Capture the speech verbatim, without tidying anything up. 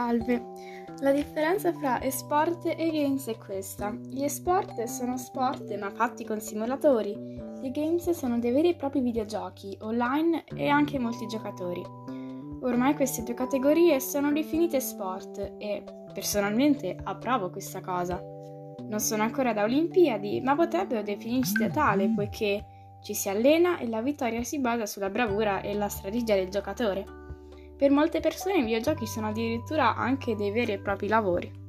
Salve! La differenza fra esport e games è questa. Gli esport sono sport ma fatti con simulatori. I games sono dei veri e propri videogiochi, online e anche multigiocatori. Ormai queste due categorie sono definite sport e, personalmente, approvo questa cosa. Non sono ancora da Olimpiadi, ma potrebbero definirsi da tale, poiché ci si allena e la vittoria si basa sulla bravura e la strategia del giocatore. Per molte persone i videogiochi sono addirittura anche dei veri e propri lavori.